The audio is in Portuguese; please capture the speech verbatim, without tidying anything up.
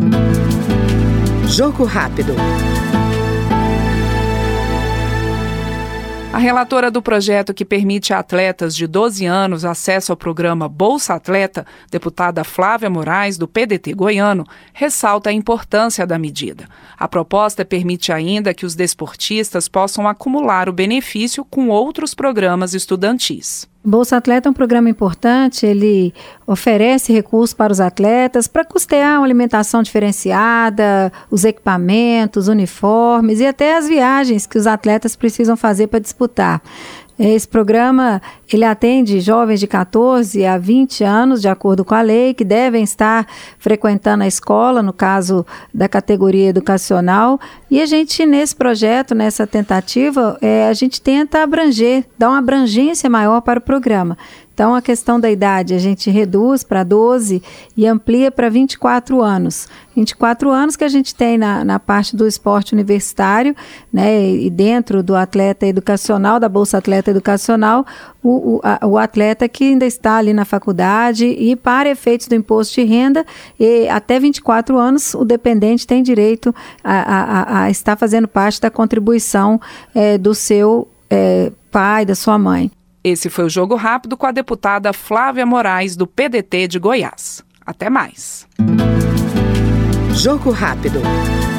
Jogo rápido. A relatora do projeto que permite a atletas de doze anos acesso ao programa Bolsa Atleta, deputada Flávia Moraes, do P D T goiano, ressalta a importância da medida. A proposta permite ainda que os desportistas possam acumular o benefício com outros programas estudantis. Bolsa Atleta é um programa importante, ele oferece recursos para os atletas para custear uma alimentação diferenciada, os equipamentos, uniformes e até as viagens que os atletas precisam fazer para disputar. Esse programa, ele atende jovens de catorze a vinte anos, de acordo com a lei, que devem estar frequentando a escola, no caso da categoria educacional. E a gente, nesse projeto, nessa tentativa, é, a gente tenta abranger, dar uma abrangência maior para o programa. Então, a questão da idade a gente reduz para doze e amplia para vinte e quatro anos. vinte e quatro anos que a gente tem na, na parte do esporte universitário, né, e dentro do atleta educacional, da Bolsa Atleta Educacional, o, o, a, o atleta que ainda está ali na faculdade e para efeitos do imposto de renda, e até vinte e quatro anos o dependente tem direito a, a, a estar fazendo parte da contribuição é, do seu é, pai, da sua mãe. Esse foi o Jogo Rápido com a deputada Flávia Moraes, do P D T de Goiás. Até mais. Jogo Rápido.